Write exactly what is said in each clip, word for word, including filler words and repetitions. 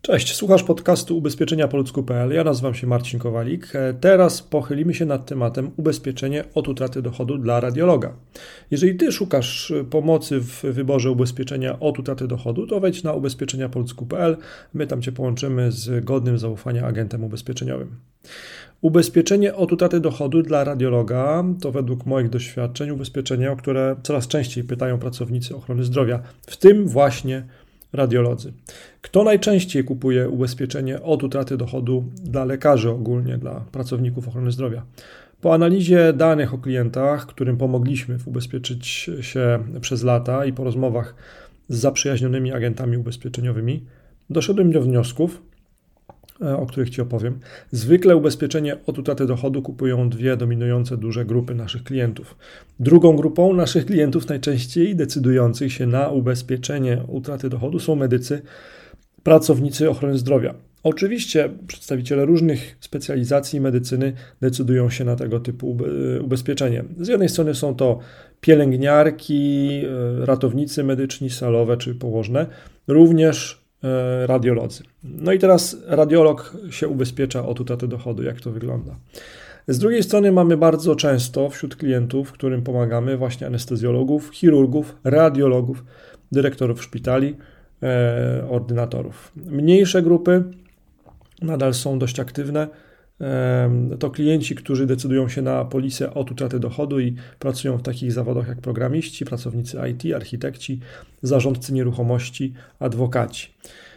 Cześć, słuchasz podcastu ubezpieczenia po ludzku kropka p l. Ja nazywam się Marcin Kowalik. Teraz pochylimy się nad tematem ubezpieczenie od utraty dochodu dla radiologa. Jeżeli Ty szukasz pomocy w wyborze ubezpieczenia od utraty dochodu, to wejdź na ubezpieczenia po ludzku kropka p l. My tam Cię połączymy z godnym zaufania agentem ubezpieczeniowym. Ubezpieczenie od utraty dochodu dla radiologa to według moich doświadczeń ubezpieczenie, o które coraz częściej pytają pracownicy ochrony zdrowia, w tym właśnie radiolodzy. Kto najczęściej kupuje ubezpieczenie od utraty dochodu dla lekarzy ogólnie, dla pracowników ochrony zdrowia? Po analizie danych o klientach, którym pomogliśmy ubezpieczyć się przez lata i po rozmowach z zaprzyjaźnionymi agentami ubezpieczeniowymi, doszedłem do wniosków, o których Ci opowiem. Zwykle ubezpieczenie od utraty dochodu kupują dwie dominujące duże grupy naszych klientów. Drugą grupą naszych klientów najczęściej decydujących się na ubezpieczenie utraty dochodu są medycy, pracownicy ochrony zdrowia. Oczywiście przedstawiciele różnych specjalizacji medycyny decydują się na tego typu ubezpieczenie. Z jednej strony są to pielęgniarki, ratownicy medyczni, salowe czy położne, również radiolodzy. No i teraz radiolog się ubezpiecza od utraty dochodu. Jak to wygląda? Z drugiej strony mamy bardzo często wśród klientów, którym pomagamy, właśnie anestezjologów, chirurgów, radiologów, dyrektorów szpitali, e, ordynatorów. Mniejsze grupy nadal są dość aktywne. To klienci, którzy decydują się na polisę od utraty dochodu i pracują w takich zawodach jak programiści, pracownicy I T, architekci, zarządcy nieruchomości, adwokaci.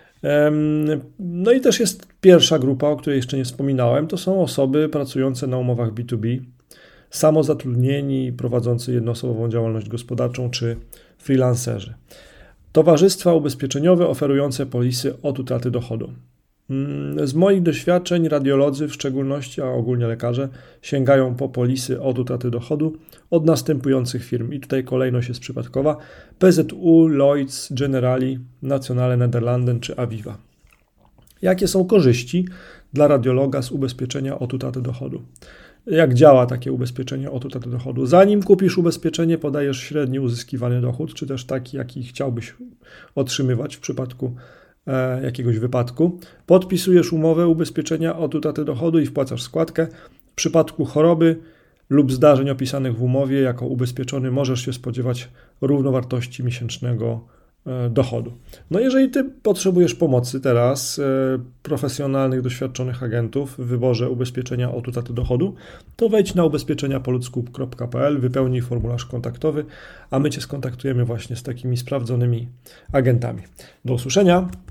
No i też jest pierwsza grupa, o której jeszcze nie wspominałem, to są osoby pracujące na umowach B dwa B, samozatrudnieni, prowadzący jednoosobową działalność gospodarczą czy freelancerzy. Towarzystwa ubezpieczeniowe oferujące polisy od utraty dochodu. Z moich doświadczeń radiolodzy w szczególności, a ogólnie lekarze, sięgają po polisy od utraty dochodu od następujących firm. I tutaj kolejność jest przypadkowa. P Z U, Lloyds, Generali, Nationale Nederlanden czy Aviva. Jakie są korzyści dla radiologa z ubezpieczenia od utraty dochodu? Jak działa takie ubezpieczenie od utraty dochodu? Zanim kupisz ubezpieczenie, podajesz średni uzyskiwany dochód, czy też taki, jaki chciałbyś otrzymywać w przypadku jakiegoś wypadku. Podpisujesz umowę ubezpieczenia od utraty dochodu i wpłacasz składkę. W przypadku choroby lub zdarzeń opisanych w umowie jako ubezpieczony możesz się spodziewać równowartości miesięcznego dochodu. No jeżeli Ty potrzebujesz pomocy teraz profesjonalnych, doświadczonych agentów w wyborze ubezpieczenia od utraty dochodu, to wejdź na ubezpieczenia po ludzku kropka p l, wypełnij formularz kontaktowy, a my Cię skontaktujemy właśnie z takimi sprawdzonymi agentami. Do usłyszenia.